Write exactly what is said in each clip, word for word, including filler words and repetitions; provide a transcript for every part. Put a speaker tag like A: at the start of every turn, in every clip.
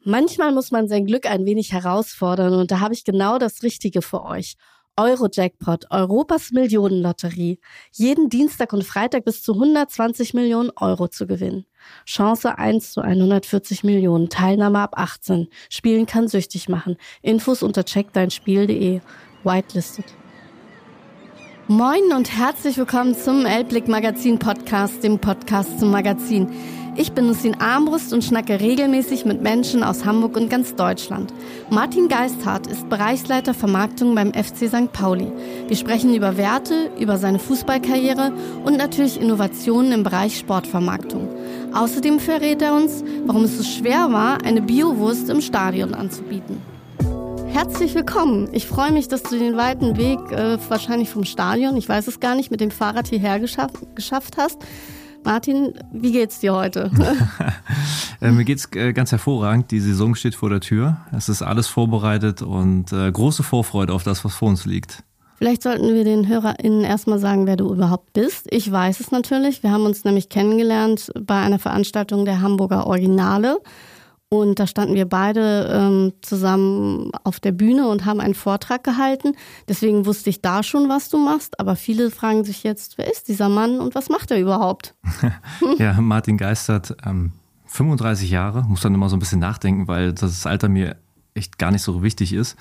A: Manchmal muss man sein Glück ein wenig herausfordern und da habe ich genau das Richtige für euch. Euro-Jackpot, Europas Millionenlotterie. Jeden Dienstag und Freitag bis zu hundertzwanzig Millionen Euro zu gewinnen. Chance eins zu hundertvierzig Millionen, Teilnahme ab achtzehn. Spielen kann süchtig machen. Infos unter check dein spiel punkt de. Whitelisted. Moin und herzlich willkommen zum Elbblick Magazin Podcast, dem Podcast zum Magazin. Ich bin Nussin Armbrust und schnacke regelmäßig mit Menschen aus Hamburg und ganz Deutschland. Martin Geisthardt ist Bereichsleiter Vermarktung beim F C Sankt Pauli. Wir sprechen über Werte, über seine Fußballkarriere und natürlich Innovationen im Bereich Sportvermarktung. Außerdem verrät er uns, warum es so schwer war, eine Biowurst im Stadion anzubieten. Herzlich willkommen. Ich freue mich, dass du den weiten Weg, äh, wahrscheinlich vom Stadion, ich weiß es gar nicht, mit dem Fahrrad hierher geschafft, geschafft hast. Martin, wie geht's dir heute?
B: äh, mir geht's äh, ganz hervorragend. Die Saison steht vor der Tür. Es ist alles vorbereitet und äh, große Vorfreude auf das, was vor uns liegt.
A: Vielleicht sollten wir den HörerInnen erstmal sagen, wer du überhaupt bist. Ich weiß es natürlich. Wir haben uns nämlich kennengelernt bei einer Veranstaltung der Hamburger Originale. Und da standen wir beide ähm, zusammen auf der Bühne und haben einen Vortrag gehalten. Deswegen wusste ich da schon, was du machst. Aber viele fragen sich jetzt, wer ist dieser Mann und was macht er überhaupt?
B: Ja, Martin Geisthardt, ähm, fünfunddreißig Jahre, muss dann immer so ein bisschen nachdenken, weil das Alter mir echt gar nicht so wichtig ist.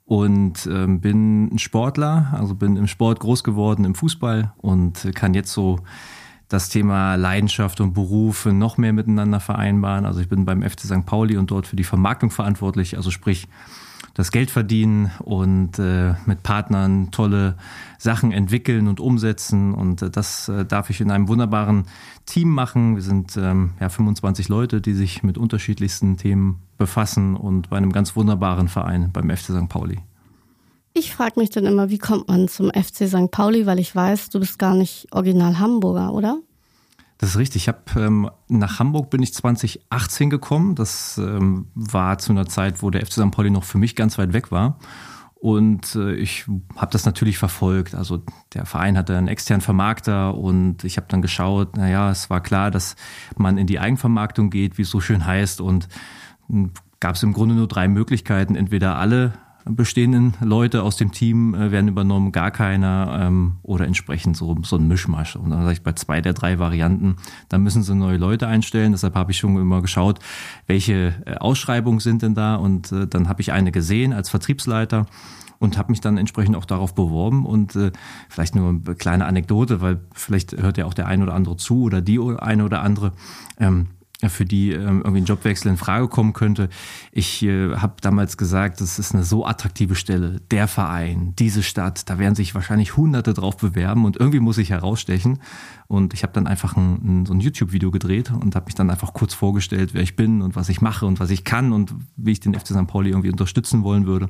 B: Und ähm, bin ein Sportler, also bin im Sport groß geworden, im Fußball und kann jetzt so das Thema Leidenschaft und Beruf noch mehr miteinander vereinbaren. Also ich bin beim F C Sankt Pauli und dort für die Vermarktung verantwortlich, also sprich das Geld verdienen und äh, mit Partnern tolle Sachen entwickeln und umsetzen. Und äh, das äh, darf ich in einem wunderbaren Team machen. Wir sind ähm, ja fünfundzwanzig Leute, die sich mit unterschiedlichsten Themen befassen und bei einem ganz wunderbaren Verein beim F C Sankt Pauli.
A: Ich frage mich dann immer, wie kommt man zum F C Sankt Pauli, weil ich weiß, du bist gar nicht original Hamburger, oder?
B: Das ist richtig. Ich hab, ähm, nach Hamburg bin ich zwanzig achtzehn gekommen. Das ähm, war zu einer Zeit, wo der F C Sankt Pauli noch für mich ganz weit weg war. Und äh, ich habe das natürlich verfolgt. Also der Verein hatte einen externen Vermarkter und ich habe dann geschaut, naja, es war klar, dass man in die Eigenvermarktung geht, wie es so schön heißt. Und äh, gab es im Grunde nur drei Möglichkeiten. Entweder alle bestehenden Leute aus dem Team äh, werden übernommen, gar keiner ähm, oder entsprechend so, so ein Mischmasch. Und dann sage ich, bei zwei der drei Varianten, da müssen sie neue Leute einstellen. Deshalb habe ich schon immer geschaut, welche äh, Ausschreibungen sind denn da. Und äh, dann habe ich eine gesehen als Vertriebsleiter und habe mich dann entsprechend auch darauf beworben. Und äh, vielleicht nur eine kleine Anekdote, weil vielleicht hört ja auch der eine oder andere zu oder die eine oder andere, ähm, für die ähm, irgendwie ein Jobwechsel in Frage kommen könnte. Ich äh, habe damals gesagt, das ist eine so attraktive Stelle, der Verein, diese Stadt, da werden sich wahrscheinlich Hunderte drauf bewerben und irgendwie muss ich herausstechen. Und ich habe dann einfach ein, ein, so ein YouTube-Video gedreht und habe mich dann einfach kurz vorgestellt, wer ich bin und was ich mache und was ich kann und wie ich den F C Sankt Pauli irgendwie unterstützen wollen würde.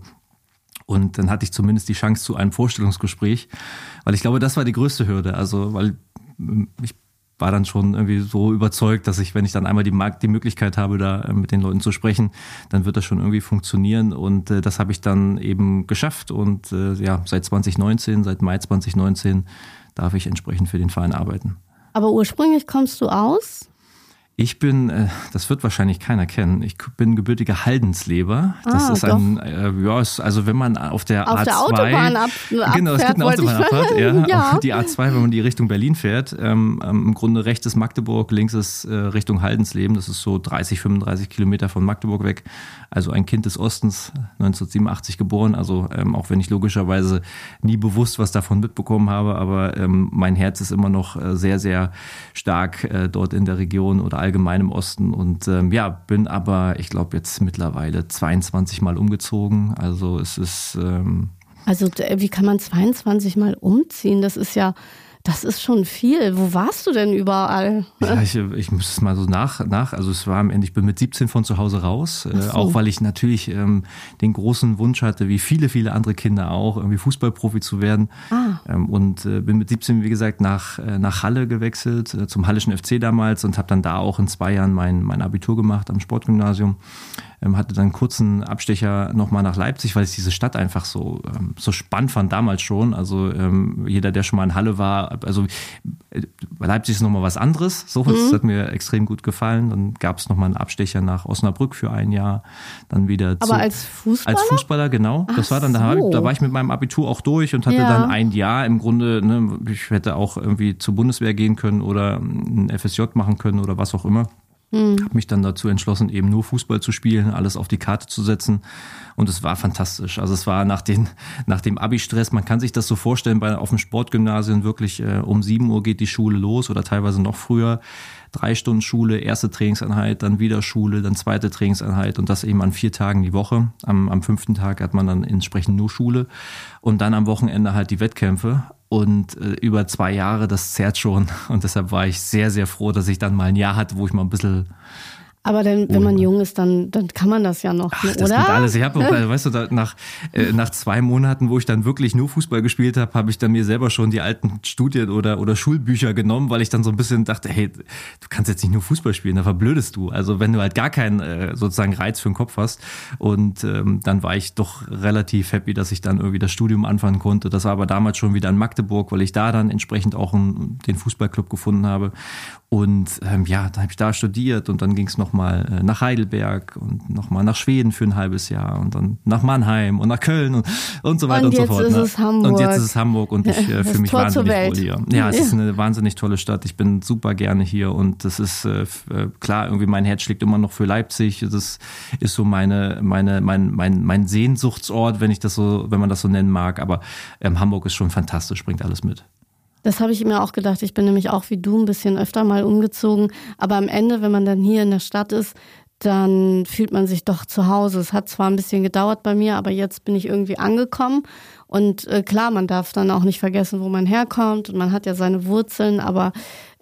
B: Und dann hatte ich zumindest die Chance zu einem Vorstellungsgespräch, weil ich glaube, das war die größte Hürde. Also, weil ich war dann schon irgendwie so überzeugt, dass ich, wenn ich dann einmal die, Markt, die Möglichkeit habe, da mit den Leuten zu sprechen, dann wird das schon irgendwie funktionieren. Und äh, das habe ich dann eben geschafft. Und äh, ja, seit zwanzig neunzehn, seit Mai zwanzig neunzehn darf ich entsprechend für den Verein arbeiten.
A: Aber ursprünglich kommst du aus?
B: Ich bin, das wird wahrscheinlich keiner kennen, ich bin gebürtiger Haldensleber. Das
A: ah,
B: ist ein, äh, ja, also wenn man auf der
A: auf
B: A zwei...
A: der Autobahn ab, abfährt,
B: genau, es gibt eine Autobahnabfahrt, ja,
A: ja.
B: Auf die A zwei, wenn man die Richtung Berlin fährt. Ähm, Im Grunde rechts ist Magdeburg, links ist äh, Richtung Haldensleben. Das ist so dreißig, fünfunddreißig Kilometer von Magdeburg weg. Also ein Kind des Ostens, neunzehnhundertsiebenundachtzig geboren. Also ähm, auch wenn ich logischerweise nie bewusst was davon mitbekommen habe, aber ähm, mein Herz ist immer noch äh, sehr, sehr stark äh, dort in der Region oder allgemein im Osten und ähm, ja, bin aber, ich glaube, jetzt mittlerweile zweiundzwanzig Mal umgezogen. Also es ist... Ähm
A: also wie kann man zweiundzwanzig Mal umziehen? Das ist ja... Das ist schon viel. Wo warst du denn überall?
B: Ja, ich, ich muss es mal so nach, nach. Also es war am Ende, ich bin mit siebzehn von zu Hause raus. Äh, so. Auch weil ich natürlich ähm, den großen Wunsch hatte, wie viele, viele andere Kinder auch, irgendwie Fußballprofi zu werden. Ah. Ähm, und äh, bin mit siebzehn, wie gesagt, nach, äh, nach Halle gewechselt, äh, zum Hallischen F C damals und habe dann da auch in zwei Jahren mein, mein Abitur gemacht am Sportgymnasium. ähm, hatte dann einen kurzen Abstecher nochmal nach Leipzig, weil ich diese Stadt einfach so, ähm, so spannend fand damals schon. Also ähm, jeder, der schon mal in Halle war, also äh, Leipzig ist nochmal was anderes. So, mhm. Das hat mir extrem gut gefallen. Dann gab es nochmal einen Abstecher nach Osnabrück für ein Jahr. Dann wieder
A: Aber zu, als Fußballer?
B: Als Fußballer, genau.
A: Ach
B: das war dann,
A: so.
B: da, da war ich mit meinem Abitur auch durch und hatte ja. dann ein Jahr im Grunde, ne, ich hätte auch irgendwie zur Bundeswehr gehen können oder ein F S J machen können oder was auch immer. Mhm. Habe mich dann dazu entschlossen, eben nur Fußball zu spielen, alles auf die Karte zu setzen. Und es war fantastisch. Also es war nach, den, nach dem Abi-Stress, man kann sich das so vorstellen, bei, auf dem Sportgymnasium wirklich äh, um sieben Uhr geht die Schule los oder teilweise noch früher. Drei Stunden Schule, erste Trainingseinheit, dann wieder Schule, dann zweite Trainingseinheit und das eben an vier Tagen die Woche. Am, am fünften Tag hat man dann entsprechend nur Schule und dann am Wochenende halt die Wettkämpfe. Und äh, über zwei Jahre, das zerrt schon. Und deshalb war ich sehr, sehr froh, dass ich dann mal ein Jahr hatte, wo ich mal ein bisschen...
A: Aber dann, wenn man jung ist, dann, dann kann man das ja noch,
B: Ach,
A: oder?
B: Das geht alles. Ich habe, weißt du, da, nach, äh, nach zwei Monaten, wo ich dann wirklich nur Fußball gespielt habe, habe ich dann mir selber schon die alten Studien- oder, oder Schulbücher genommen, weil ich dann so ein bisschen dachte, hey, du kannst jetzt nicht nur Fußball spielen, da verblödest du. Also wenn du halt gar keinen äh, sozusagen Reiz für den Kopf hast. Und ähm, dann war ich doch relativ happy, dass ich dann irgendwie das Studium anfangen konnte. Das war aber damals schon wieder in Magdeburg, weil ich da dann entsprechend auch einen, den Fußballclub gefunden habe. Und ähm, ja, dann habe ich da studiert und dann ging es nochmal äh, nach Heidelberg und nochmal nach Schweden für ein halbes Jahr und dann nach Mannheim und nach Köln und, und so weiter und, und so fort.
A: Und jetzt ist es Hamburg.
B: Und jetzt ist es Hamburg und ich äh, fühle mich
A: Tor
B: wahnsinnig wohl hier. Ja, es
A: ja.
B: ist eine wahnsinnig tolle Stadt. Ich bin super gerne hier und das ist äh, klar, irgendwie mein Herz schlägt immer noch für Leipzig. Das ist so meine, meine, mein, mein, mein Sehnsuchtsort, wenn ich das so, wenn man das so nennen mag. Aber ähm, Hamburg ist schon fantastisch, bringt alles mit.
A: Das habe ich mir auch gedacht. Ich bin nämlich auch wie du ein bisschen öfter mal umgezogen. Aber am Ende, wenn man dann hier in der Stadt ist, dann fühlt man sich doch zu Hause. Es hat zwar ein bisschen gedauert bei mir, aber jetzt bin ich irgendwie angekommen. Und äh, klar, man darf dann auch nicht vergessen, wo man herkommt. Und man hat ja seine Wurzeln. Aber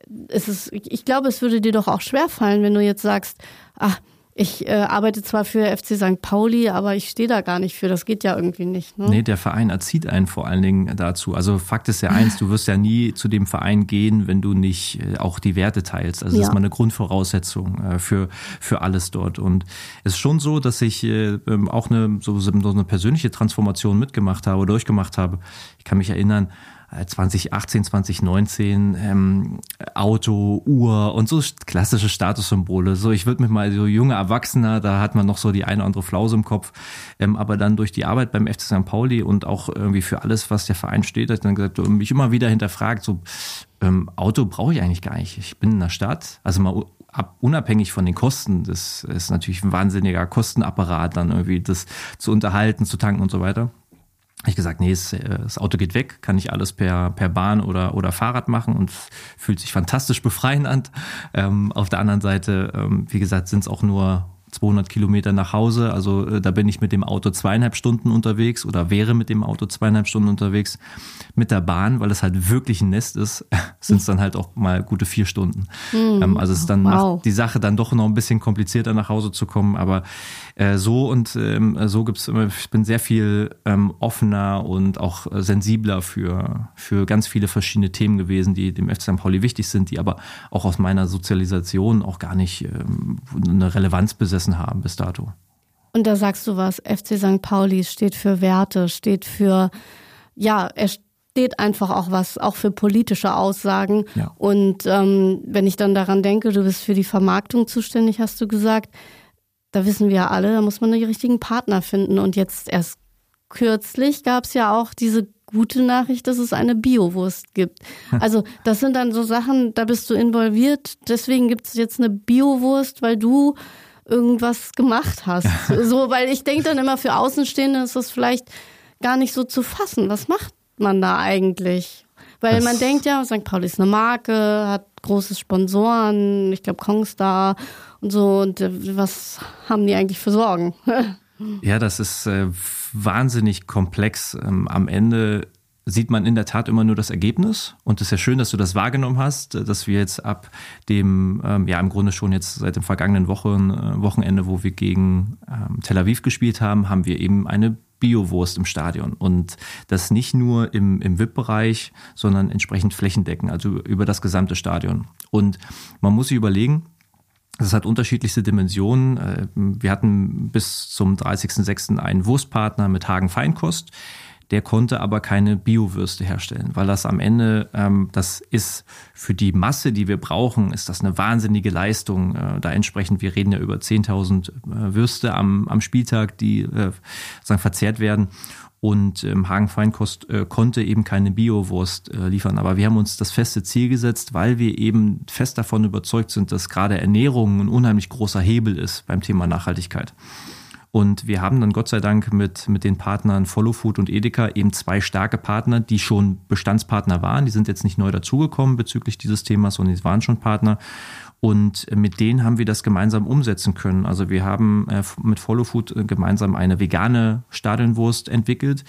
A: es ist, ich glaube, es würde dir doch auch schwerfallen, wenn du jetzt sagst, ach, ich äh, arbeite zwar für F C Sankt Pauli, aber ich stehe da gar nicht für. Das geht ja irgendwie nicht. Ne?
B: Nee, der Verein erzieht einen vor allen Dingen dazu. Also Fakt ist ja eins, du wirst ja nie zu dem Verein gehen, wenn du nicht äh, auch die Werte teilst. Also ja. Das ist mal eine Grundvoraussetzung äh, für, für alles dort. Und es ist schon so, dass ich äh, auch eine, so, so eine persönliche Transformation mitgemacht habe, durchgemacht habe. Ich kann mich erinnern, zwanzig achtzehn, zwanzig neunzehn, ähm, Auto, Uhr und so klassische Statussymbole. So, ich würde mit mal so junger Erwachsener, da hat man noch so die eine oder andere Flause im Kopf. Ähm, aber dann durch die Arbeit beim F C Sankt Pauli und auch irgendwie für alles, was der Verein steht, habe ich dann gesagt, mich immer wieder hinterfragt, so ähm, Auto brauche ich eigentlich gar nicht. Ich bin in der Stadt, also mal ab, unabhängig von den Kosten, das ist natürlich ein wahnsinniger Kostenapparat, dann irgendwie das zu unterhalten, zu tanken und so weiter. Habe ich gesagt, nee, das Auto geht weg, kann ich alles per, per Bahn oder, oder Fahrrad machen und fühlt sich fantastisch befreiend an. Ähm, auf der anderen Seite, ähm, wie gesagt, sind es auch nur zweihundert Kilometer nach Hause. Also äh, da bin ich mit dem Auto zweieinhalb Stunden unterwegs oder wäre mit dem Auto zweieinhalb Stunden unterwegs. Mit der Bahn, weil es halt wirklich ein Nest ist, sind es dann halt auch mal gute vier Stunden. Mhm. Ähm, also es dann
A: wow.
B: macht die Sache dann doch noch ein bisschen komplizierter nach Hause zu kommen. Aber äh, so und ähm, so gibt's immer, ich bin sehr viel ähm, offener und auch äh, sensibler für, für ganz viele verschiedene Themen gewesen, die dem F C Sankt Pauli wichtig sind, die aber auch aus meiner Sozialisation auch gar nicht ähm, eine Relevanz besetzen haben bis dato.
A: Und da sagst du was, F C Sankt Pauli steht für Werte, steht für, ja, er steht einfach auch was, auch für politische Aussagen.
B: Ja.
A: Und ähm, wenn ich dann daran denke, du bist für die Vermarktung zuständig, hast du gesagt, da wissen wir ja alle, da muss man die richtigen Partner finden. Und jetzt erst kürzlich gab es ja auch diese gute Nachricht, dass es eine Biowurst gibt. Also das sind dann so Sachen, da bist du involviert, deswegen gibt es jetzt eine Biowurst, weil du irgendwas gemacht hast. So, weil ich denke dann immer, für Außenstehende ist das vielleicht gar nicht so zu fassen. Was macht man da eigentlich? Weil das man denkt ja, Sankt Pauli ist eine Marke, hat große Sponsoren, ich glaube Kongstar und so. Und was haben die eigentlich für Sorgen?
B: Ja, das ist äh, wahnsinnig komplex. Ähm, am Ende sieht man in der Tat immer nur das Ergebnis. Und es ist ja schön, dass du das wahrgenommen hast, dass wir jetzt ab dem, ähm, ja im Grunde schon jetzt seit dem vergangenen Wochen, äh, Wochenende, wo wir gegen ähm, Tel Aviv gespielt haben, haben wir eben eine Biowurst im Stadion. Und das nicht nur im, im V I P-Bereich, sondern entsprechend flächendeckend, also über das gesamte Stadion. Und man muss sich überlegen, Das hat unterschiedlichste Dimensionen. Wir hatten bis zum dreißigsten sechsten einen Wurstpartner mit Hagen Feinkost. Der konnte aber keine Biowürste herstellen, weil das am Ende, ähm, das ist für die Masse, die wir brauchen, ist das eine wahnsinnige Leistung. Äh, da entsprechend, wir reden ja über zehntausend äh, Würste am, am Spieltag, die äh, sozusagen verzehrt werden. Und ähm, Hagen Feinkost äh, konnte eben keine Biowurst äh, liefern. Aber wir haben uns das feste Ziel gesetzt, weil wir eben fest davon überzeugt sind, dass gerade Ernährung ein unheimlich großer Hebel ist beim Thema Nachhaltigkeit. Und wir haben dann Gott sei Dank mit, mit den Partnern Follow Food und Edeka eben zwei starke Partner, die schon Bestandspartner waren. Die sind jetzt nicht neu dazugekommen bezüglich dieses Themas, sondern die waren schon Partner. Und mit denen haben wir das gemeinsam umsetzen können. Also wir haben mit Follow Food gemeinsam eine vegane Stadionwurst entwickelt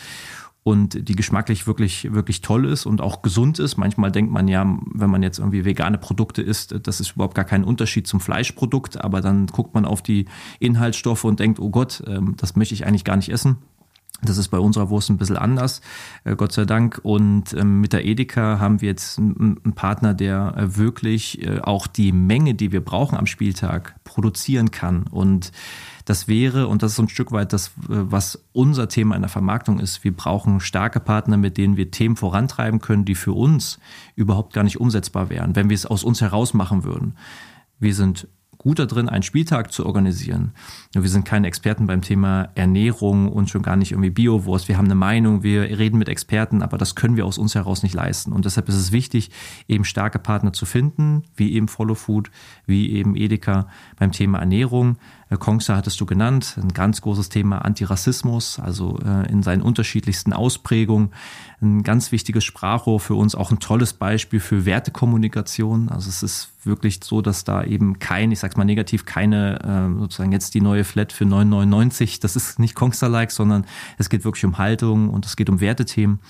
B: und die geschmacklich wirklich, wirklich toll ist und auch gesund ist. Manchmal denkt man ja, wenn man jetzt irgendwie vegane Produkte isst, das ist überhaupt gar kein Unterschied zum Fleischprodukt. Aber dann guckt man auf die Inhaltsstoffe und denkt, oh Gott, das möchte ich eigentlich gar nicht essen. Das ist bei unserer Wurst ein bisschen anders, äh, Gott sei Dank. Und ähm, mit der Edeka haben wir jetzt einen, einen Partner, der äh, wirklich äh, auch die Menge, die wir brauchen am Spieltag, produzieren kann. Und das wäre, und das ist so ein Stück weit das, was unser Thema in der Vermarktung ist, wir brauchen starke Partner, mit denen wir Themen vorantreiben können, die für uns überhaupt gar nicht umsetzbar wären, wenn wir es aus uns heraus machen würden. Wir sind gut da drin, einen Spieltag zu organisieren. Wir sind keine Experten beim Thema Ernährung und schon gar nicht irgendwie Biowurst. Wir haben eine Meinung, wir reden mit Experten, aber das können wir aus uns heraus nicht leisten. Und deshalb ist es wichtig, eben starke Partner zu finden, wie eben Follow Food, wie eben Edeka beim Thema Ernährung. Kongsa hattest du genannt, ein ganz großes Thema Antirassismus, also äh, in seinen unterschiedlichsten Ausprägungen. Ein ganz wichtiges Sprachrohr für uns, auch ein tolles Beispiel für Wertekommunikation. Also es ist wirklich so, dass da eben kein, ich sag's mal negativ, keine äh, sozusagen jetzt die neue Flat für neun neunundneunzig, das ist nicht Kongsa-like, sondern es geht wirklich um Haltung und es geht um Wertethemen.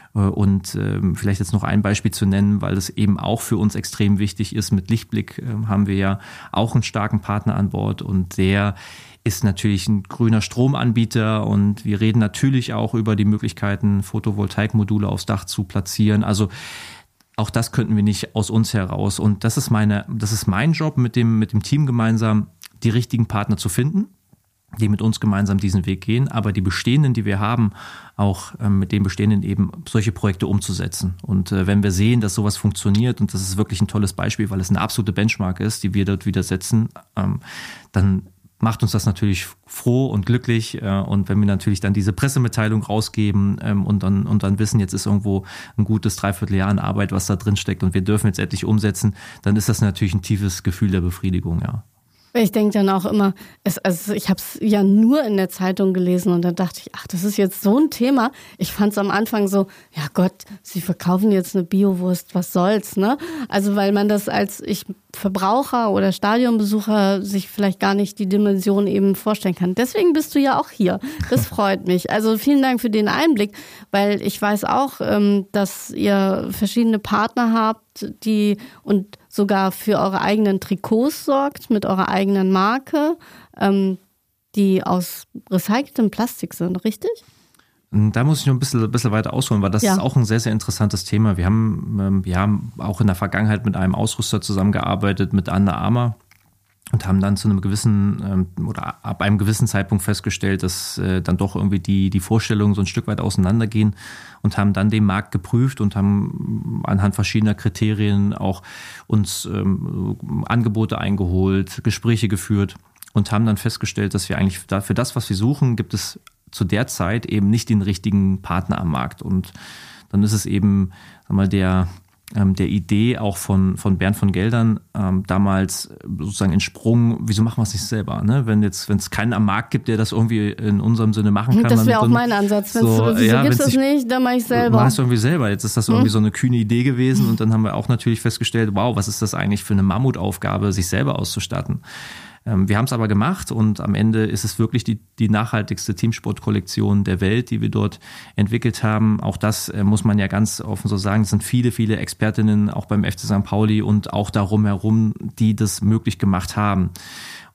B: Und ähm, vielleicht jetzt noch ein Beispiel zu nennen, weil das eben auch für uns extrem wichtig ist. Mit Lichtblick äh, haben wir ja auch einen starken Partner an Bord und der ist natürlich ein grüner Stromanbieter und wir reden natürlich auch über die Möglichkeiten, Photovoltaikmodule aufs Dach zu platzieren. Also auch das könnten wir nicht aus uns heraus. Und das ist meine, das ist mein Job mit dem, mit dem Team gemeinsam, die richtigen Partner zu finden, die mit uns gemeinsam diesen Weg gehen, aber die bestehenden, die wir haben, auch ähm, mit den bestehenden eben solche Projekte umzusetzen. Und äh, wenn wir sehen, dass sowas funktioniert, und das ist wirklich ein tolles Beispiel, weil es eine absolute Benchmark ist, die wir dort wieder setzen, ähm, dann macht uns das natürlich froh und glücklich. Äh, und wenn wir natürlich dann diese Pressemitteilung rausgeben ähm, und, dann, und dann wissen, jetzt ist irgendwo ein gutes Dreivierteljahr an Arbeit, was da drin steckt und wir dürfen jetzt endlich umsetzen, dann ist das natürlich ein tiefes Gefühl der Befriedigung, ja.
A: Ich denke dann auch immer, es, also ich habe es ja nur in der Zeitung gelesen und dann dachte ich, ach, das ist jetzt so ein Thema. Ich fand es am Anfang so, ja Gott, sie verkaufen jetzt eine Biowurst, was soll's, ne? Also weil man das als ich Verbraucher oder Stadionbesucher sich vielleicht gar nicht die Dimension eben vorstellen kann. Deswegen bist du ja auch hier. Das freut mich. Also vielen Dank für den Einblick, weil ich weiß auch, dass ihr verschiedene Partner habt, die und sogar für eure eigenen Trikots sorgt, mit eurer eigenen Marke, die aus recyceltem Plastik sind, richtig?
B: Da muss ich noch ein bisschen, ein bisschen weiter ausholen, weil das ja. ist auch ein sehr, sehr interessantes Thema. Wir haben, wir haben auch in der Vergangenheit mit einem Ausrüster zusammengearbeitet, mit Under Armour, und haben dann zu einem gewissen oder ab einem gewissen Zeitpunkt festgestellt, dass dann doch irgendwie die, die Vorstellungen so ein Stück weit auseinandergehen und haben dann den Markt geprüft und haben anhand verschiedener Kriterien auch uns ähm, Angebote eingeholt, Gespräche geführt und haben dann festgestellt, dass wir eigentlich für das, was wir suchen, gibt es zu der Zeit eben nicht den richtigen Partner am Markt. Und dann ist es eben, sag mal, der, ähm, der Idee auch von, von Bernd von Geldern ähm, damals sozusagen entsprungen, wieso machen wir es nicht selber? Ne? Wenn jetzt, wenn es keinen am Markt gibt, der das irgendwie in unserem Sinne machen kann.
A: Das wäre auch mein Ansatz. Wenn's, so, wieso ja, gibt es nicht, dann mache ich selber.
B: Mach es irgendwie selber. Jetzt ist das irgendwie hm. so eine kühne Idee gewesen und dann haben wir auch natürlich festgestellt, wow, was ist das eigentlich für eine Mammutaufgabe, sich selber auszustatten? Wir haben es aber gemacht und am Ende ist es wirklich die, die nachhaltigste Teamsportkollektion der Welt, die wir dort entwickelt haben. Auch das äh, muss man ja ganz offen so sagen. Es sind viele, viele Expertinnen auch beim F C Sankt Pauli und auch darum herum, die das möglich gemacht haben.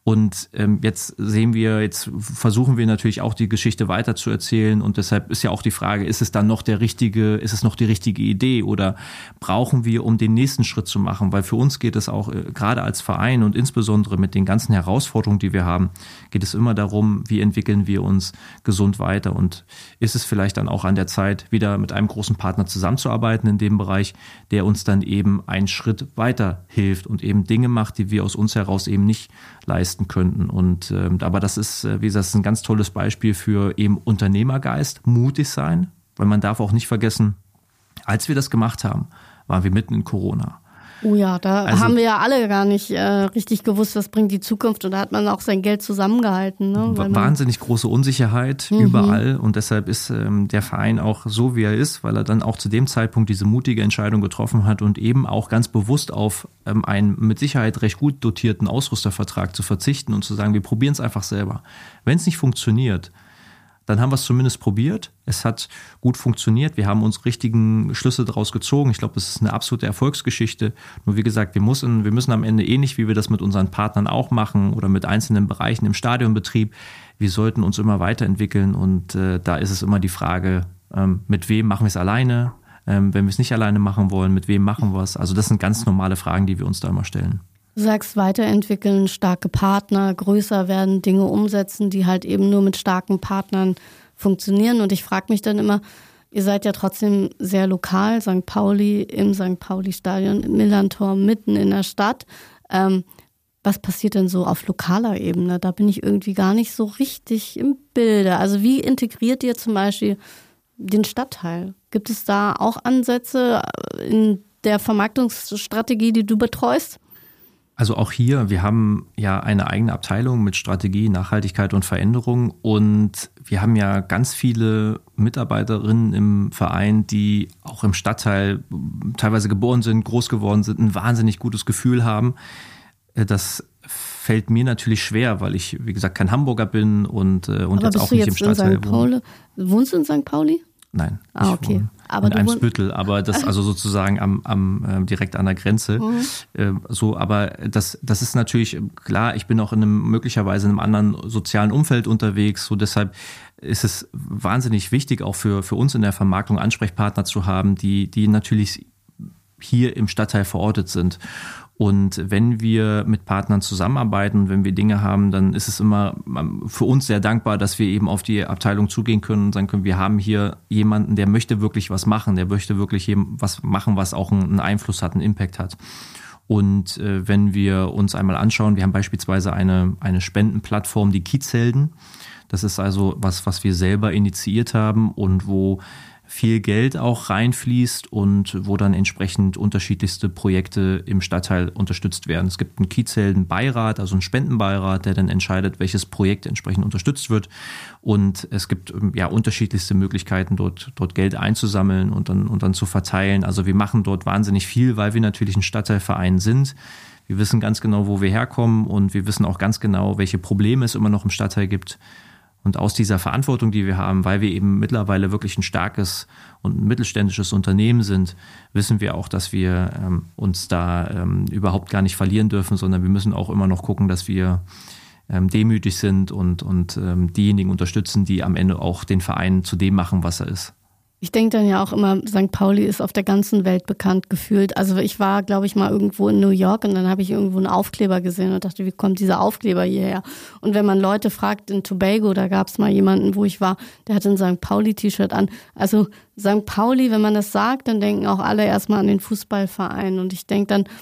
B: Und ähm, jetzt sehen wir, jetzt versuchen wir natürlich auch die Geschichte weiter zu erzählen und deshalb ist ja auch die Frage, ist es dann noch der richtige, ist es noch die richtige Idee oder brauchen wir, um den nächsten Schritt zu machen? Weil für uns geht es auch äh, gerade als Verein und insbesondere mit den ganzen Herausforderungen, die wir haben, geht es immer darum, wie entwickeln wir uns gesund weiter und ist es vielleicht dann auch an der Zeit, wieder mit einem großen Partner zusammenzuarbeiten in dem Bereich, der uns dann eben einen Schritt weiter hilft und eben Dinge macht, die wir aus uns heraus eben nicht leisten könnten. Und äh, aber das ist, wie gesagt, ein ganz tolles Beispiel für eben Unternehmergeist, mutig sein, weil man darf auch nicht vergessen, als wir das gemacht haben, waren wir mitten in Corona.
A: Oh ja, da
B: also,
A: haben wir ja alle gar nicht äh, richtig gewusst, was bringt die Zukunft und da hat man auch sein Geld zusammengehalten. Ne? Weil
B: wahnsinnig große Unsicherheit mhm. überall und deshalb ist ähm, der Verein auch so, wie er ist, weil er dann auch zu dem Zeitpunkt diese mutige Entscheidung getroffen hat und eben auch ganz bewusst auf ähm, einen mit Sicherheit recht gut dotierten Ausrüstervertrag zu verzichten und zu sagen, wir probieren es einfach selber. Wenn es nicht funktioniert, dann haben wir es zumindest probiert. Es hat gut funktioniert. Wir haben uns richtigen Schlüsse daraus gezogen. Ich glaube, das ist eine absolute Erfolgsgeschichte. Nur wie gesagt, wir müssen, wir müssen am Ende ähnlich, wie wir das mit unseren Partnern auch machen oder mit einzelnen Bereichen im Stadionbetrieb, wir sollten uns immer weiterentwickeln. Und äh, da ist es immer die Frage, ähm, mit wem machen wir es alleine? Ähm, wenn wir es nicht alleine machen wollen, mit wem machen wir es? Also das sind ganz normale Fragen, die wir uns da immer stellen.
A: Du sagst, weiterentwickeln, starke Partner, größer werden, Dinge umsetzen, die halt eben nur mit starken Partnern funktionieren. Und ich frage mich dann immer, ihr seid ja trotzdem sehr lokal, Sankt Pauli im Sankt Pauli-Stadion, im Millerntor, mitten in der Stadt. Ähm, was passiert denn so auf lokaler Ebene? Da bin ich irgendwie gar nicht so richtig im Bilde. Also wie integriert ihr zum Beispiel den Stadtteil? Gibt es da auch Ansätze in der Vermarktungsstrategie, die du betreust?
B: Also auch hier, wir haben ja eine eigene Abteilung mit Strategie, Nachhaltigkeit und Veränderung und wir haben ja ganz viele Mitarbeiterinnen im Verein, die auch im Stadtteil teilweise geboren sind, groß geworden sind, ein wahnsinnig gutes Gefühl haben. Das fällt mir natürlich schwer, weil ich, wie gesagt, kein Hamburger bin und, und jetzt auch nicht im Stadtteil wohne.
A: Wohnst du in Sankt Pauli?
B: Nein,
A: ah, okay.
B: Aber in Eimsbüttel, aber das also sozusagen am, am äh, direkt an der Grenze. Mhm. Äh, so, aber das das ist natürlich klar. Ich bin auch in einem möglicherweise in einem anderen sozialen Umfeld unterwegs. So deshalb ist es wahnsinnig wichtig, auch für für uns in der Vermarktung Ansprechpartner zu haben, die die natürlich hier im Stadtteil verortet sind. Und wenn wir mit Partnern zusammenarbeiten, wenn wir Dinge haben, dann ist es immer für uns sehr dankbar, dass wir eben auf die Abteilung zugehen können und sagen können, wir haben hier jemanden, der möchte wirklich was machen, der möchte wirklich was machen, was auch einen Einfluss hat, einen Impact hat. Und äh, wenn wir uns einmal anschauen, wir haben beispielsweise eine, eine Spendenplattform, die Kiezhelden. Das ist also was, was wir selber initiiert haben und wo viel Geld auch reinfließt und wo dann entsprechend unterschiedlichste Projekte im Stadtteil unterstützt werden. Es gibt einen Kiezhelden-Beirat, also einen Spendenbeirat, der dann entscheidet, welches Projekt entsprechend unterstützt wird. Und es gibt ja unterschiedlichste Möglichkeiten, dort, dort Geld einzusammeln und dann, und dann zu verteilen. Also wir machen dort wahnsinnig viel, weil wir natürlich ein Stadtteilverein sind. Wir wissen ganz genau, wo wir herkommen und wir wissen auch ganz genau, welche Probleme es immer noch im Stadtteil gibt. Und aus dieser Verantwortung, die wir haben, weil wir eben mittlerweile wirklich ein starkes und ein mittelständisches Unternehmen sind, wissen wir auch, dass wir ähm, uns da ähm, überhaupt gar nicht verlieren dürfen, sondern wir müssen auch immer noch gucken, dass wir ähm, demütig sind und, und ähm, diejenigen unterstützen, die am Ende auch den Verein zu dem machen, was er ist.
A: Ich denke dann ja auch immer, Sankt Pauli ist auf der ganzen Welt bekannt gefühlt. Also ich war, glaube ich, mal irgendwo in New York und dann habe ich irgendwo einen Aufkleber gesehen und dachte, wie kommt dieser Aufkleber hierher? Und wenn man Leute fragt, in Tobago, da gab es mal jemanden, wo ich war, der hatte ein Sankt Pauli-T-Shirt an. Also Sankt Pauli, wenn man das sagt, dann denken auch alle erstmal an den Fußballverein. Und ich denke dann,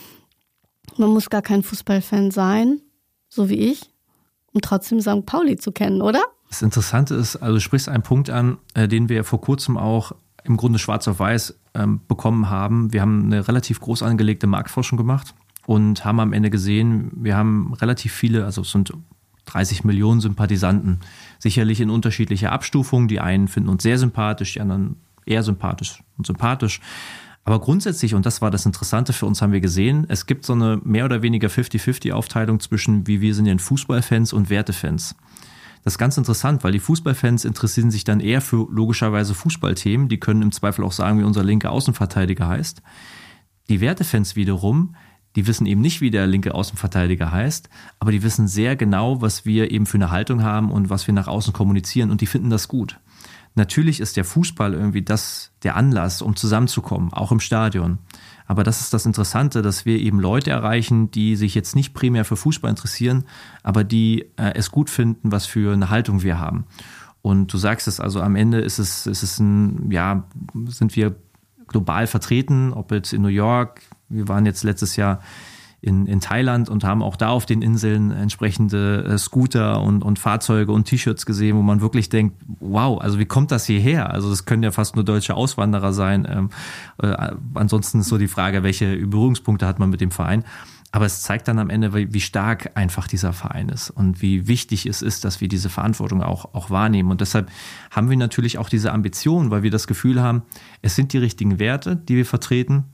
A: man muss gar kein Fußballfan sein, so wie ich, um trotzdem Sankt Pauli zu kennen, oder?
B: Das Interessante ist, also du sprichst einen Punkt an, äh, den wir vor kurzem auch im Grunde schwarz auf weiß ähm, bekommen haben. Wir haben eine relativ groß angelegte Marktforschung gemacht und haben am Ende gesehen, wir haben relativ viele, also es sind dreißig Millionen Sympathisanten, sicherlich in unterschiedlicher Abstufung. Die einen finden uns sehr sympathisch, die anderen eher sympathisch und sympathisch. Aber grundsätzlich, und das war das Interessante für uns, haben wir gesehen, es gibt so eine mehr oder weniger fifty fifty Aufteilung zwischen, wie wir sind denn Fußballfans und Wertefans. Das ist ganz interessant, weil die Fußballfans interessieren sich dann eher für logischerweise Fußballthemen. Die können im Zweifel auch sagen, wie unser linker Außenverteidiger heißt. Die Wertefans wiederum, die wissen eben nicht, wie der linke Außenverteidiger heißt, aber die wissen sehr genau, was wir eben für eine Haltung haben und was wir nach außen kommunizieren und die finden das gut. Natürlich ist der Fußball irgendwie das, der Anlass, um zusammenzukommen, auch im Stadion. Aber das ist das Interessante, dass wir eben Leute erreichen, die sich jetzt nicht primär für Fußball interessieren, aber die äh, es gut finden, was für eine Haltung wir haben. Und du sagst es, also am Ende ist es, ist es ein, ja, sind wir global vertreten, ob jetzt in New York, wir waren jetzt letztes Jahr in, in Thailand und haben auch da auf den Inseln entsprechende äh, Scooter und, und Fahrzeuge und T-Shirts gesehen, wo man wirklich denkt, wow, also wie kommt das hierher? Also das können ja fast nur deutsche Auswanderer sein. Ähm, äh, ansonsten ist so die Frage, welche Berührungspunkte hat man mit dem Verein? Aber es zeigt dann am Ende, wie stark einfach dieser Verein ist und wie wichtig es ist, dass wir diese Verantwortung auch, auch wahrnehmen. Und deshalb haben wir natürlich auch diese Ambition, weil wir das Gefühl haben, es sind die richtigen Werte, die wir vertreten.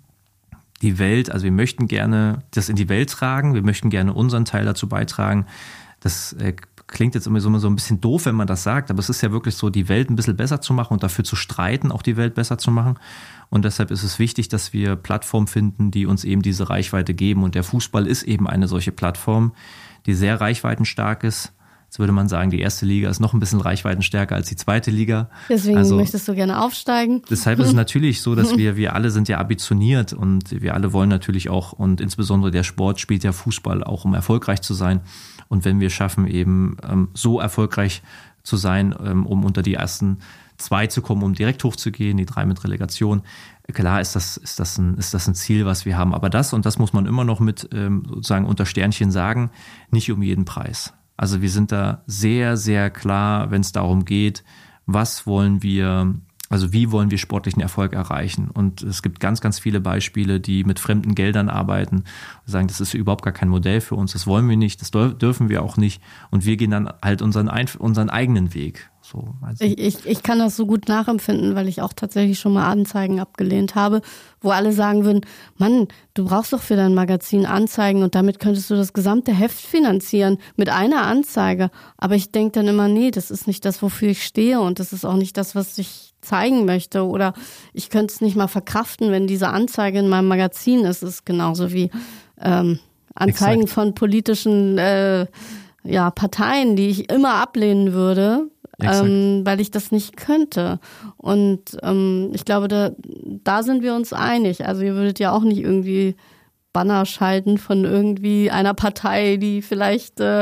B: Die Welt, also wir möchten gerne das in die Welt tragen, wir möchten gerne unseren Teil dazu beitragen. Das äh, klingt jetzt immer so, immer so ein bisschen doof, wenn man das sagt, aber es ist ja wirklich so, die Welt ein bisschen besser zu machen und dafür zu streiten, auch die Welt besser zu machen. Und deshalb ist es wichtig, dass wir Plattformen finden, die uns eben diese Reichweite geben. Und der Fußball ist eben eine solche Plattform, die sehr reichweitenstark ist. Jetzt würde man sagen, die erste Liga ist noch ein bisschen reichweitenstärker als die zweite Liga.
A: Deswegen
B: also,
A: möchtest du gerne aufsteigen.
B: Deshalb ist es natürlich so, dass wir, wir alle sind ja ambitioniert und wir alle wollen natürlich auch, und insbesondere der Sport spielt ja Fußball auch, um erfolgreich zu sein. Und wenn wir schaffen, eben ähm, so erfolgreich zu sein, ähm, um unter die ersten zwei zu kommen, um direkt hochzugehen, die drei mit Relegation, klar ist das, ist das ein, ist das ein Ziel, was wir haben. Aber das, und das muss man immer noch mit ähm, sozusagen unter Sternchen sagen, nicht um jeden Preis. Also wir sind da sehr, sehr klar, wenn es darum geht, was wollen wir, also wie wollen wir sportlichen Erfolg erreichen. Und es gibt ganz, ganz viele Beispiele, die mit fremden Geldern arbeiten und sagen, das ist überhaupt gar kein Modell für uns, das wollen wir nicht, das dürfen wir auch nicht. Und wir gehen dann halt unseren, unseren eigenen Weg. So, also
A: ich, ich, ich kann das so gut nachempfinden, weil ich auch tatsächlich schon mal Anzeigen abgelehnt habe, wo alle sagen würden, Mann, du brauchst doch für dein Magazin Anzeigen und damit könntest du das gesamte Heft finanzieren mit einer Anzeige. Aber ich denke dann immer, nee, das ist nicht das, wofür ich stehe und das ist auch nicht das, was ich zeigen möchte. Oder ich könnte es nicht mal verkraften, wenn diese Anzeige in meinem Magazin ist. Es ist genauso wie ähm, Anzeigen Exakt. von politischen äh, ja, Parteien, die ich immer ablehnen würde. Ähm, weil ich das nicht könnte. Und ähm, ich glaube, da, da sind wir uns einig. Also ihr würdet ja auch nicht irgendwie Banner schalten von irgendwie einer Partei, die vielleicht äh,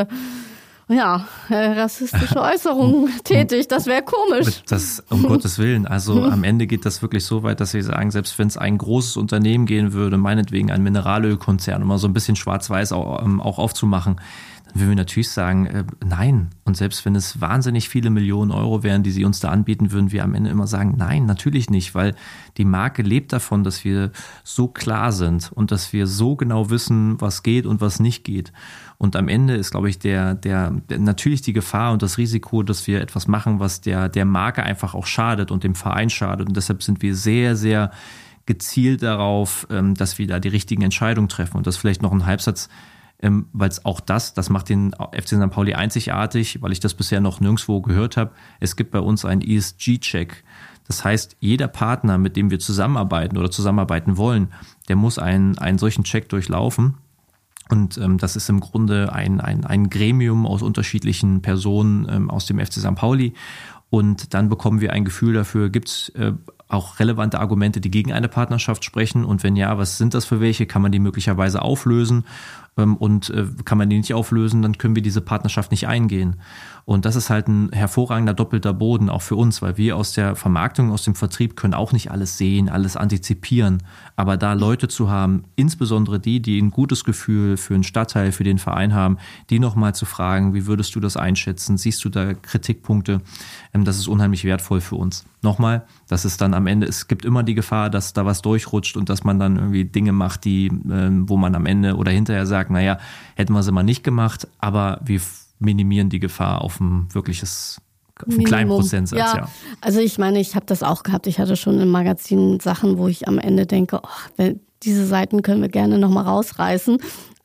A: ja, rassistische Äußerungen tätigt. Das wäre komisch.
B: Das, um Gottes Willen. Also am Ende geht das wirklich so weit, dass sie sagen, selbst wenn es ein großes Unternehmen gehen würde, meinetwegen ein Mineralölkonzern, um mal so ein bisschen schwarz-weiß auch, auch aufzumachen, dann würden wir natürlich sagen, äh, nein. Und selbst wenn es wahnsinnig viele Millionen Euro wären, die sie uns da anbieten, würden wir am Ende immer sagen, nein, natürlich nicht, weil die Marke lebt davon, dass wir so klar sind und dass wir so genau wissen, was geht und was nicht geht. Und am Ende ist, glaube ich, der, der, der natürlich die Gefahr und das Risiko, dass wir etwas machen, was der, der Marke einfach auch schadet und dem Verein schadet. Und deshalb sind wir sehr, sehr gezielt darauf, dass wir da die richtigen Entscheidungen treffen. Und das vielleicht noch ein Halbsatz, weil es auch das, das macht den F C Sankt Pauli einzigartig, weil ich das bisher noch nirgendwo gehört habe. Es gibt bei uns einen E S G-Check. Das heißt, jeder Partner, mit dem wir zusammenarbeiten oder zusammenarbeiten wollen, der muss einen, einen solchen Check durchlaufen. Und ähm, das ist im Grunde ein, ein, ein Gremium aus unterschiedlichen Personen ähm, aus dem F C Sankt Pauli. Und dann bekommen wir ein Gefühl dafür, gibt es äh, auch relevante Argumente, die gegen eine Partnerschaft sprechen? Und wenn ja, was sind das für welche? Kann man die möglicherweise auflösen? Ähm, und äh, kann man die nicht auflösen, dann können wir diese Partnerschaft nicht eingehen. Und das ist halt ein hervorragender doppelter Boden, auch für uns, weil wir aus der Vermarktung, aus dem Vertrieb können auch nicht alles sehen, alles antizipieren. Aber da Leute zu haben, insbesondere die, die ein gutes Gefühl für einen Stadtteil, für den Verein haben, die nochmal zu fragen, wie würdest du das einschätzen? Siehst du da Kritikpunkte? Ähm, das ist unheimlich wertvoll für uns. Nochmal, das ist dann am Ende, es gibt immer die Gefahr, dass da was durchrutscht und dass man dann irgendwie Dinge macht, die, äh, wo man am Ende oder hinterher sagt, naja, hätten wir sie mal nicht gemacht, aber wir minimieren die Gefahr auf ein wirkliches, auf einen kleinen Prozentsatz.
A: Ja,
B: ja.
A: Also ich meine, ich habe das auch gehabt. Ich hatte schon im Magazin Sachen, wo ich am Ende denke, oh, diese Seiten können wir gerne nochmal rausreißen.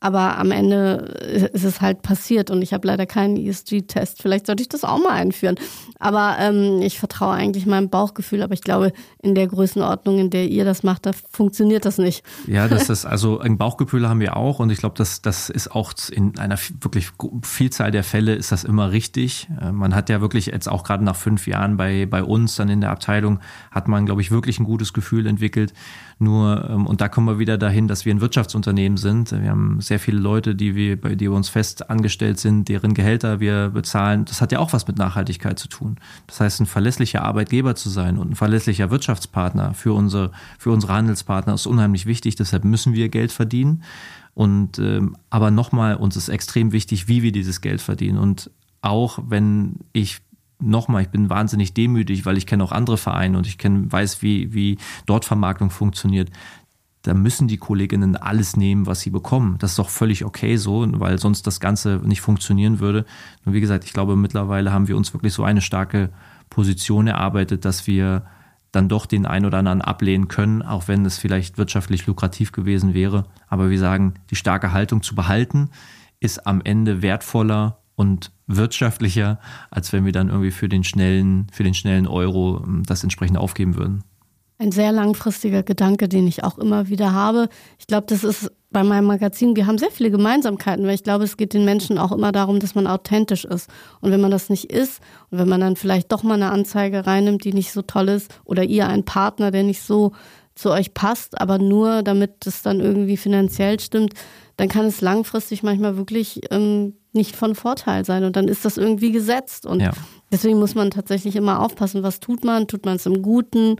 A: Aber am Ende ist es halt passiert und ich habe leider keinen E S G-Test. Vielleicht sollte ich das auch mal einführen. Aber ähm, ich vertraue eigentlich meinem Bauchgefühl. Aber ich glaube, in der Größenordnung, in der ihr das macht, da funktioniert das nicht.
B: Ja, das ist also ein Bauchgefühl haben wir auch. Und ich glaube, das, das ist auch in einer wirklich Vielzahl der Fälle ist das immer richtig. Man hat ja wirklich jetzt auch gerade nach fünf Jahren bei, bei uns dann in der Abteilung hat man, glaube ich, wirklich ein gutes Gefühl entwickelt. Nur, und da kommen wir wieder dahin, dass wir ein Wirtschaftsunternehmen sind. Wir haben sehr viele Leute, die wir, bei die uns fest angestellt sind, deren Gehälter wir bezahlen. Das hat ja auch was mit Nachhaltigkeit zu tun. Das heißt, ein verlässlicher Arbeitgeber zu sein und ein verlässlicher Wirtschaftspartner für unsere, für unsere Handelspartner ist unheimlich wichtig. Deshalb müssen wir Geld verdienen. Und, ähm, aber nochmal, uns ist extrem wichtig, wie wir dieses Geld verdienen. Und auch wenn ich Nochmal, ich bin wahnsinnig demütig, weil ich kenne auch andere Vereine und ich kenn, weiß, wie, wie dort Vermarktung funktioniert. Da müssen die Kolleginnen alles nehmen, was sie bekommen. Das ist doch völlig okay so, weil sonst das Ganze nicht funktionieren würde. Und wie gesagt, ich glaube, mittlerweile haben wir uns wirklich so eine starke Position erarbeitet, dass wir dann doch den einen oder anderen ablehnen können, auch wenn es vielleicht wirtschaftlich lukrativ gewesen wäre. Aber wir sagen, die starke Haltung zu behalten, ist am Ende wertvoller und wirtschaftlicher, als wenn wir dann irgendwie für den schnellen, für den schnellen Euro das entsprechend aufgeben würden.
A: Ein sehr langfristiger Gedanke, den ich auch immer wieder habe. Ich glaube, das ist bei meinem Magazin, wir haben sehr viele Gemeinsamkeiten, weil ich glaube, es geht den Menschen auch immer darum, dass man authentisch ist. Und wenn man das nicht ist und wenn man dann vielleicht doch mal eine Anzeige reinnimmt, die nicht so toll ist oder ihr einen Partner, der nicht so zu euch passt, aber nur damit es dann irgendwie finanziell stimmt, dann kann es langfristig manchmal wirklich ähm, nicht von Vorteil sein und dann ist das irgendwie gesetzt und ja. Deswegen muss man tatsächlich immer aufpassen, was tut man, tut man es im Guten,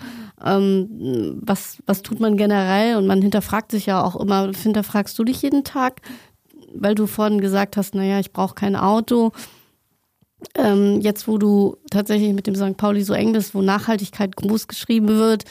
A: ähm, was, was tut man generell und man hinterfragt sich ja auch immer, hinterfragst du dich jeden Tag, weil du vorhin gesagt hast, naja, ich brauche kein Auto. Ähm, jetzt, wo du tatsächlich mit dem Sankt Pauli so eng bist, wo Nachhaltigkeit groß geschrieben wird,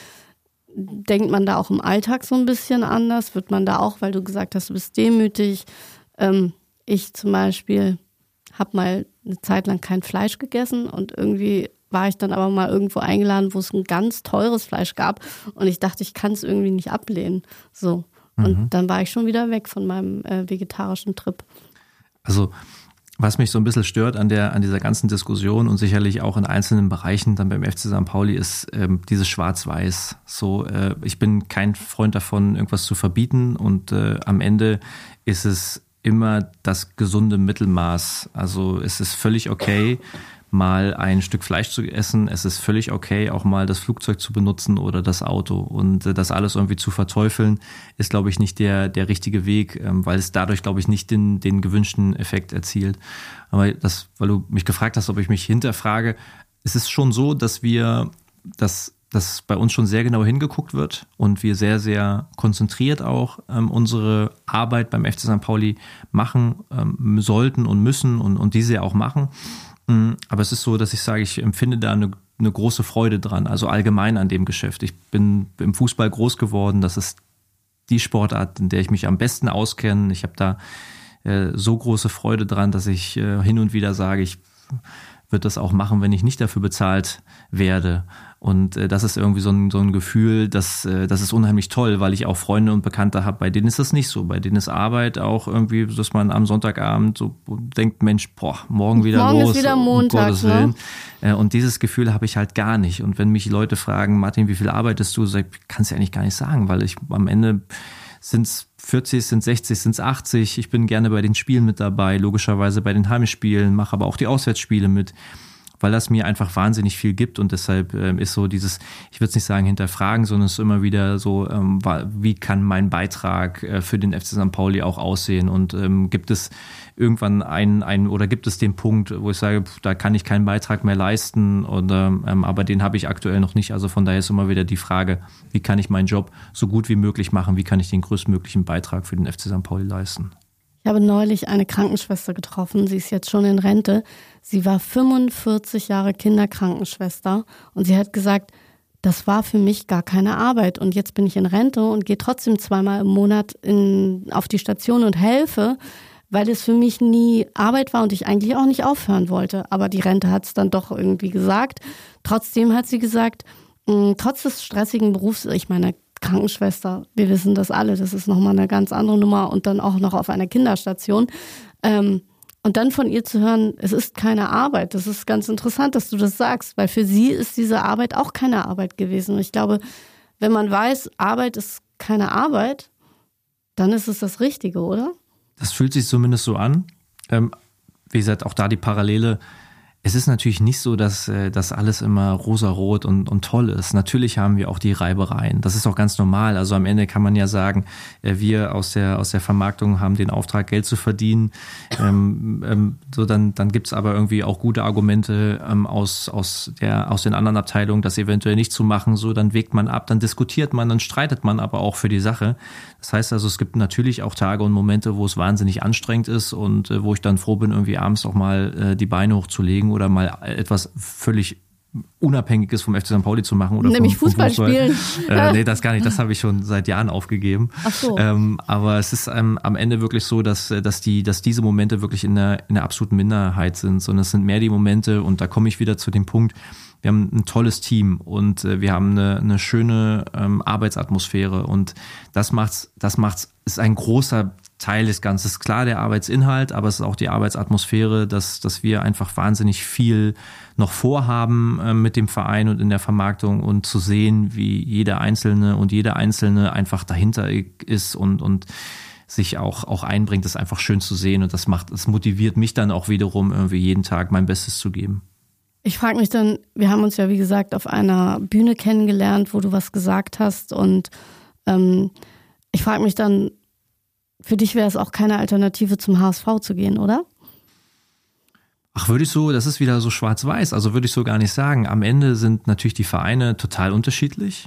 A: denkt man da auch im Alltag so ein bisschen anders? Wird man da auch, weil du gesagt hast, du bist demütig. Ähm, ich zum Beispiel habe mal eine Zeit lang kein Fleisch gegessen und irgendwie war ich dann aber mal irgendwo eingeladen, wo es ein ganz teures Fleisch gab und ich dachte, ich kann es irgendwie nicht ablehnen. So. Und mhm. dann war ich schon wieder weg von meinem äh, vegetarischen Trip.
B: Also was mich so ein bisschen stört an der an dieser ganzen Diskussion und sicherlich auch in einzelnen Bereichen dann beim F C Sankt Pauli ist ähm, dieses Schwarz-Weiß. So, äh, ich bin kein Freund davon, irgendwas zu verbieten und äh, am Ende ist es immer das gesunde Mittelmaß. Also es ist völlig okay, mal ein Stück Fleisch zu essen. Es ist völlig okay, auch mal das Flugzeug zu benutzen oder das Auto. Und äh, das alles irgendwie zu verteufeln, ist, glaube ich, nicht der der richtige Weg, ähm, weil es dadurch, glaube ich, nicht den den gewünschten Effekt erzielt. Aber das, weil du mich gefragt hast, ob ich mich hinterfrage, es ist schon so, dass wir das dass bei uns schon sehr genau hingeguckt wird und wir sehr, sehr konzentriert auch ähm, unsere Arbeit beim F C Sankt Pauli machen ähm, sollten und müssen und, und diese auch machen. Ähm, aber es ist so, dass ich sage, ich empfinde da eine, eine große Freude dran, also allgemein an dem Geschäft. Ich bin im Fußball groß geworden, das ist die Sportart, in der ich mich am besten auskenne. Ich habe da äh, so große Freude dran, dass ich äh, hin und wieder sage, ich würde das auch machen, wenn ich nicht dafür bezahlt werde. Und äh, das ist irgendwie so ein, so ein Gefühl, das, äh, das ist unheimlich toll, weil ich auch Freunde und Bekannte habe, bei denen ist das nicht so. Bei denen ist Arbeit auch irgendwie, dass man am Sonntagabend so denkt, Mensch, boah, morgen wieder
A: morgen
B: los.
A: Morgen ist wieder Montag,
B: um Gottes Willen. Ne? Und dieses Gefühl habe ich halt gar nicht. Und wenn mich Leute fragen, Martin, wie viel arbeitest du? Sag ich, kann es ja eigentlich gar nicht sagen, weil ich am Ende sind es vierzig, sind sechzig, sind es achtzig. Ich bin gerne bei den Spielen mit dabei, logischerweise bei den Heimspielen, mache aber auch die Auswärtsspiele mit, weil das mir einfach wahnsinnig viel gibt und deshalb ähm, ist so dieses, ich würde es nicht sagen hinterfragen, sondern es ist immer wieder so, ähm, wie kann mein Beitrag äh, für den F C Sankt Pauli auch aussehen und ähm, gibt es irgendwann einen, einen oder gibt es den Punkt, wo ich sage, pff, da kann ich keinen Beitrag mehr leisten oder, ähm, aber den habe ich aktuell noch nicht, also von daher ist immer wieder die Frage, wie kann ich meinen Job so gut wie möglich machen, wie kann ich den größtmöglichen Beitrag für den F C Sankt Pauli leisten.
A: Ich habe neulich eine Krankenschwester getroffen, sie ist jetzt schon in Rente. Sie war fünfundvierzig Jahre Kinderkrankenschwester und sie hat gesagt, das war für mich gar keine Arbeit und jetzt bin ich in Rente und gehe trotzdem zweimal im Monat in, auf die Station und helfe, weil es für mich nie Arbeit war und ich eigentlich auch nicht aufhören wollte. Aber die Rente hat es dann doch irgendwie gesagt. Trotzdem hat sie gesagt, mh, trotz des stressigen Berufs, ich meine, Krankenschwester. Wir wissen das alle. Das ist nochmal eine ganz andere Nummer und dann auch noch auf einer Kinderstation. Ähm, und dann von ihr zu hören, es ist keine Arbeit. Das ist ganz interessant, dass du das sagst, weil für sie ist diese Arbeit auch keine Arbeit gewesen. Und ich glaube, wenn man weiß, Arbeit ist keine Arbeit, dann ist es das Richtige, oder?
B: Das fühlt sich zumindest so an. Ähm, wie gesagt, auch da die Parallele. Es ist natürlich nicht so, dass das alles immer rosarot und, und toll ist. Natürlich haben wir auch die Reibereien. Das ist auch ganz normal. Also am Ende kann man ja sagen, wir aus der aus der Vermarktung haben den Auftrag, Geld zu verdienen. Ähm, ähm, so dann dann gibt's aber irgendwie auch gute Argumente ähm, aus aus der aus den anderen Abteilungen, das eventuell nicht zu machen. So dann wägt man ab, dann diskutiert man, dann streitet man aber auch für die Sache. Das heißt also, es gibt natürlich auch Tage und Momente, wo es wahnsinnig anstrengend ist und äh, wo ich dann froh bin, irgendwie abends auch mal äh, die Beine hochzulegen oder mal etwas völlig Unabhängiges vom F C Sankt Pauli zu machen. Oder
A: nämlich
B: vom, vom
A: Fußball spielen.
B: Äh, nee, das gar nicht. Das habe ich schon seit Jahren aufgegeben.
A: Ach so.
B: Ähm, aber es ist ähm, am Ende wirklich so, dass, dass, die, dass diese Momente wirklich in der, in der absoluten Minderheit sind. Sondern es sind mehr die Momente, und da komme ich wieder zu dem Punkt, wir haben ein tolles Team und äh, wir haben eine, eine schöne ähm, Arbeitsatmosphäre, und das macht's, das macht's, ist ein großer Teil des Ganzen. Es ist klar der Arbeitsinhalt, aber es ist auch die Arbeitsatmosphäre, dass, dass wir einfach wahnsinnig viel noch vorhaben äh, mit dem Verein und in der Vermarktung, und zu sehen, wie jeder Einzelne und jede Einzelne einfach dahinter ist und, und sich auch, auch einbringt, ist einfach schön zu sehen, und das macht, es motiviert mich dann auch wiederum, irgendwie jeden Tag mein Bestes zu geben.
A: Ich frage mich dann, wir haben uns ja wie gesagt auf einer Bühne kennengelernt, wo du was gesagt hast, und ähm, ich frage mich dann, für dich wäre es auch keine Alternative zum H S V zu gehen, oder?
B: Ach, würde ich so, das ist wieder so schwarz-weiß, also würde ich so gar nicht sagen. Am Ende sind natürlich die Vereine total unterschiedlich.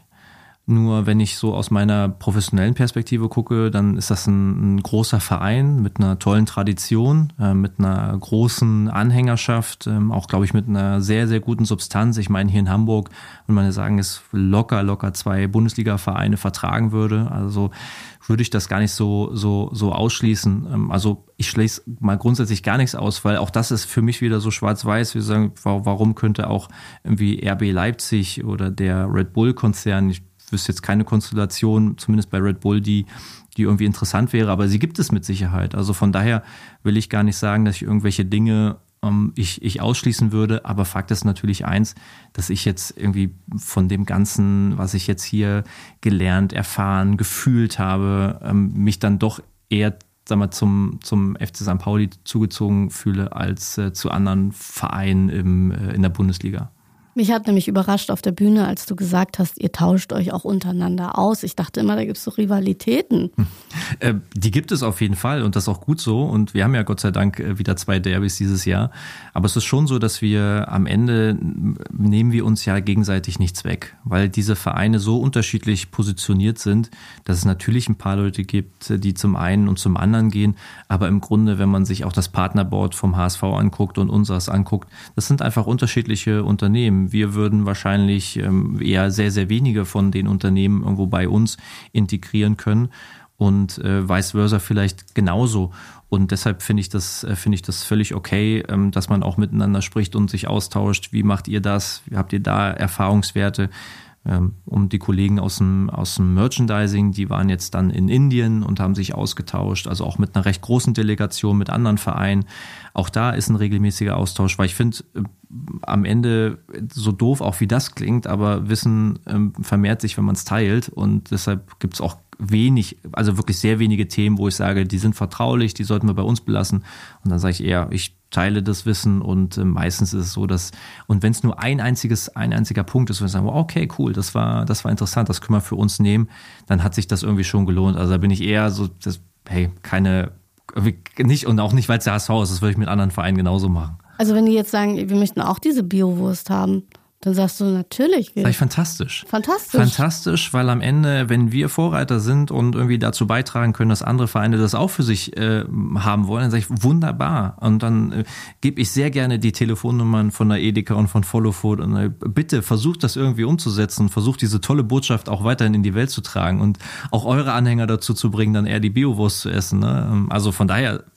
B: Nur wenn ich so aus meiner professionellen Perspektive gucke, dann ist das ein, ein großer Verein mit einer tollen Tradition, äh, mit einer großen Anhängerschaft, ähm, auch glaube ich mit einer sehr, sehr guten Substanz. Ich meine, hier in Hamburg, wenn man sagen, es locker, locker zwei Bundesliga-Vereine vertragen würde, also würde ich das gar nicht so, so, so ausschließen. Ähm, also ich schließe mal grundsätzlich gar nichts aus, weil auch das ist für mich wieder so schwarz-weiß. Wir sagen, warum könnte auch irgendwie R B Leipzig oder der Red Bull-Konzern, ich wüsste jetzt keine Konstellation, zumindest bei Red Bull, die, die irgendwie interessant wäre, aber sie gibt es mit Sicherheit. Also von daher will ich gar nicht sagen, dass ich irgendwelche Dinge ähm, ich, ich ausschließen würde, aber Fakt ist natürlich eins, dass ich jetzt irgendwie von dem Ganzen, was ich jetzt hier gelernt, erfahren, gefühlt habe, ähm, mich dann doch eher, sag mal, zum, zum F C Sankt Pauli zugezogen fühle als äh, zu anderen Vereinen im, äh, in der Bundesliga.
A: Mich hat nämlich überrascht auf der Bühne, als du gesagt hast, ihr tauscht euch auch untereinander aus. Ich dachte immer, da gibt es so Rivalitäten.
B: Äh, die gibt es auf jeden Fall, und das ist auch gut so. Und wir haben ja Gott sei Dank wieder zwei Derbys dieses Jahr. Aber es ist schon so, dass wir am Ende nehmen wir uns ja gegenseitig nichts weg, weil diese Vereine so unterschiedlich positioniert sind, dass es natürlich ein paar Leute gibt, die zum einen und zum anderen gehen. Aber im Grunde, wenn man sich auch das Partnerboard vom H S V anguckt und unseres anguckt, das sind einfach unterschiedliche Unternehmen. Wir würden wahrscheinlich eher sehr, sehr wenige von den Unternehmen irgendwo bei uns integrieren können, und äh, vice versa vielleicht genauso. Und deshalb finde ich das, finde ich das völlig okay, ähm, dass man auch miteinander spricht und sich austauscht. Wie macht ihr das? Habt ihr da Erfahrungswerte? Ähm, um die Kollegen aus dem, aus dem Merchandising, die waren jetzt dann in Indien und haben sich ausgetauscht, also auch mit einer recht großen Delegation, mit anderen Vereinen. Auch da ist ein regelmäßiger Austausch, weil ich finde, äh, am Ende, so doof auch wie das klingt, aber Wissen ähm, vermehrt sich, wenn man es teilt, und deshalb gibt es auch wenig, also wirklich sehr wenige Themen, wo ich sage, die sind vertraulich, die sollten wir bei uns belassen, und dann sage ich eher, ich teile das Wissen, und äh, meistens ist es so, dass, und wenn es nur ein einziges, ein einziger Punkt ist, wo wir sagen, okay, cool, das war, das war interessant, das können wir für uns nehmen, dann hat sich das irgendwie schon gelohnt. Also da bin ich eher so, das, hey, keine, nicht, und auch nicht, weil es der H S V ist, das würde ich mit anderen Vereinen genauso machen.
A: Also wenn die jetzt sagen, wir möchten auch diese Biowurst haben, dann sagst du natürlich.
B: Sag ich fantastisch.
A: Fantastisch.
B: Fantastisch, weil am Ende, wenn wir Vorreiter sind und irgendwie dazu beitragen können, dass andere Vereine das auch für sich äh, haben wollen, dann sage ich, wunderbar. Und dann äh, gebe ich sehr gerne die Telefonnummern von der Edeka und von Follow Food, und äh, bitte versucht das irgendwie umzusetzen, versucht diese tolle Botschaft auch weiterhin in die Welt zu tragen und auch eure Anhänger dazu zu bringen, dann eher die Biowurst zu essen. Ne? Also von daher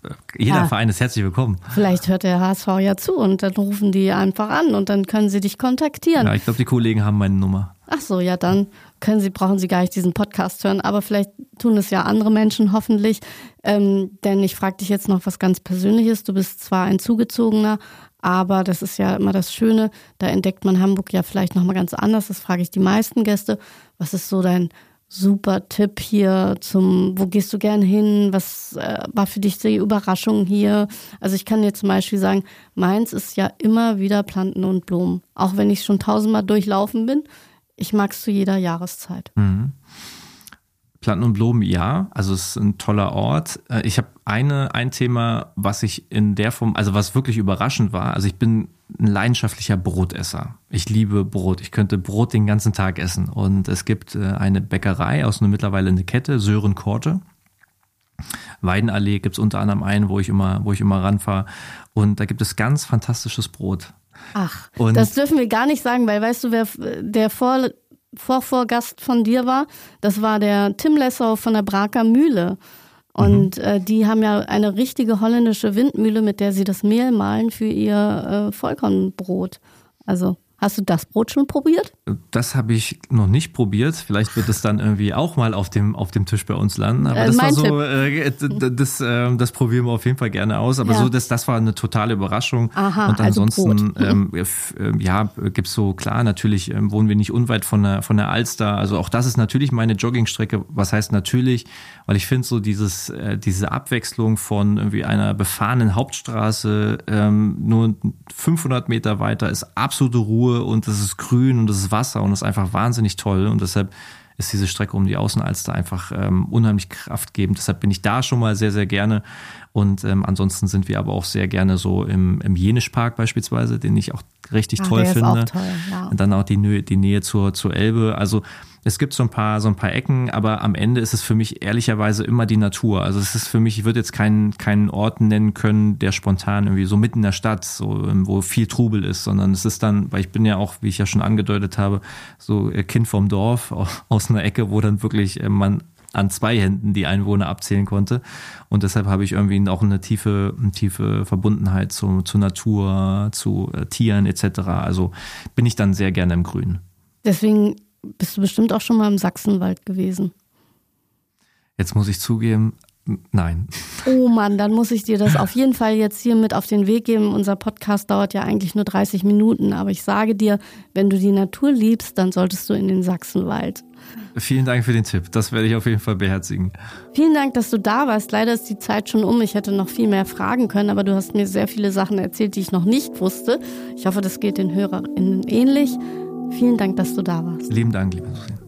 B: jeder
A: ja.
B: Verein ist herzlich willkommen.
A: Vielleicht hört der H S V ja zu und dann rufen die einfach an und dann können sie dich kontaktieren.
B: Ja, ich glaube, die Kollegen haben meine Nummer.
A: Ach so, ja, dann können sie, brauchen sie gar nicht diesen Podcast hören, aber vielleicht tun es ja andere Menschen hoffentlich, ähm, denn ich frage dich jetzt noch was ganz Persönliches. Du bist zwar ein Zugezogener, aber das ist ja immer das Schöne, da entdeckt man Hamburg ja vielleicht nochmal ganz anders, das frage ich die meisten Gäste. Was ist so dein super Tipp hier zum, wo gehst du gern hin, was äh, war für dich die Überraschung hier? Also ich kann dir zum Beispiel sagen, meins ist ja immer wieder Planten und Blumen, auch wenn ich schon tausendmal durchlaufen bin. Ich mag es zu jeder Jahreszeit.
B: Mhm. Planten und Blumen, ja. Also es ist ein toller Ort. Ich habe eine ein Thema, was ich in der Form, also was wirklich überraschend war. Also ich bin ein leidenschaftlicher Brotesser. Ich liebe Brot. Ich könnte Brot den ganzen Tag essen. Und es gibt eine Bäckerei aus einer mittlerweile eine Kette, Sören Korte. Weidenallee gibt es unter anderem einen, wo ich immer, wo ich immer ranfahre. Und da gibt es ganz fantastisches Brot.
A: Ach,
B: und
A: das dürfen wir gar nicht sagen, weil weißt du, wer der Vor, Vorvorgast von dir war? Das war der Tim Lessau von der Braker Mühle. Und mhm. äh, die haben ja eine richtige holländische Windmühle, mit der sie das Mehl mahlen für ihr äh, Vollkornbrot. Also hast du das Brot schon probiert?
B: Das habe ich noch nicht probiert. Vielleicht wird es dann irgendwie auch mal auf dem, auf dem Tisch bei uns landen. Aber
A: äh,
B: das war
A: mein
B: so, äh, das, äh, das probieren wir auf jeden Fall gerne aus. Aber ja. so, das, das war eine totale Überraschung.
A: Aha,
B: und ansonsten,
A: also
B: ähm, äh, ja, gibt's so, klar, natürlich ähm, wohnen wir nicht unweit von der, von der Alster. Also auch das ist natürlich meine Joggingstrecke. Was heißt natürlich? Weil ich finde so dieses, äh, diese Abwechslung von irgendwie einer befahrenen Hauptstraße, ähm, nur fünfhundert Meter weiter ist absolute Ruhe. Und es ist grün und es ist Wasser und es ist einfach wahnsinnig toll und deshalb ist diese Strecke um die Außenalster einfach ähm, unheimlich kraftgebend. Deshalb bin ich da schon mal sehr, sehr gerne und ähm, ansonsten sind wir aber auch sehr gerne so im, im Jenischpark beispielsweise, den ich auch richtig
A: Ach,
B: toll
A: der
B: finde.
A: Ist auch toll, ja.
B: Und dann auch die Nähe, die Nähe zur, zur Elbe. Also es gibt so ein paar, so ein paar Ecken, aber am Ende ist es für mich ehrlicherweise immer die Natur. Also es ist für mich, ich würde jetzt keinen, keinen Ort nennen können, der spontan irgendwie so mitten in der Stadt, so, wo viel Trubel ist, sondern es ist dann, weil ich bin ja auch, wie ich ja schon angedeutet habe, so Kind vom Dorf aus einer Ecke, wo dann wirklich man an zwei Händen die Einwohner abzählen konnte. Und deshalb habe ich irgendwie auch eine tiefe, eine tiefe Verbundenheit zu, zur Natur, zu äh, Tieren et cetera. Also bin ich dann sehr gerne im Grünen.
A: Deswegen bist du bestimmt auch schon mal im Sachsenwald gewesen.
B: Jetzt muss ich zugeben, nein.
A: Oh Mann, dann muss ich dir das auf jeden Fall jetzt hier mit auf den Weg geben. Unser Podcast dauert ja eigentlich nur dreißig Minuten, aber ich sage dir, wenn du die Natur liebst, dann solltest du in den Sachsenwald.
B: Vielen Dank für den Tipp, das werde ich auf jeden Fall beherzigen.
A: Vielen Dank, dass du da warst. Leider ist die Zeit schon um. Ich hätte noch viel mehr fragen können, aber du hast mir sehr viele Sachen erzählt, die ich noch nicht wusste. Ich hoffe, das geht den HörerInnen ähnlich. Vielen Dank, dass du da warst.
B: Lieben Dank, liebe Susanne.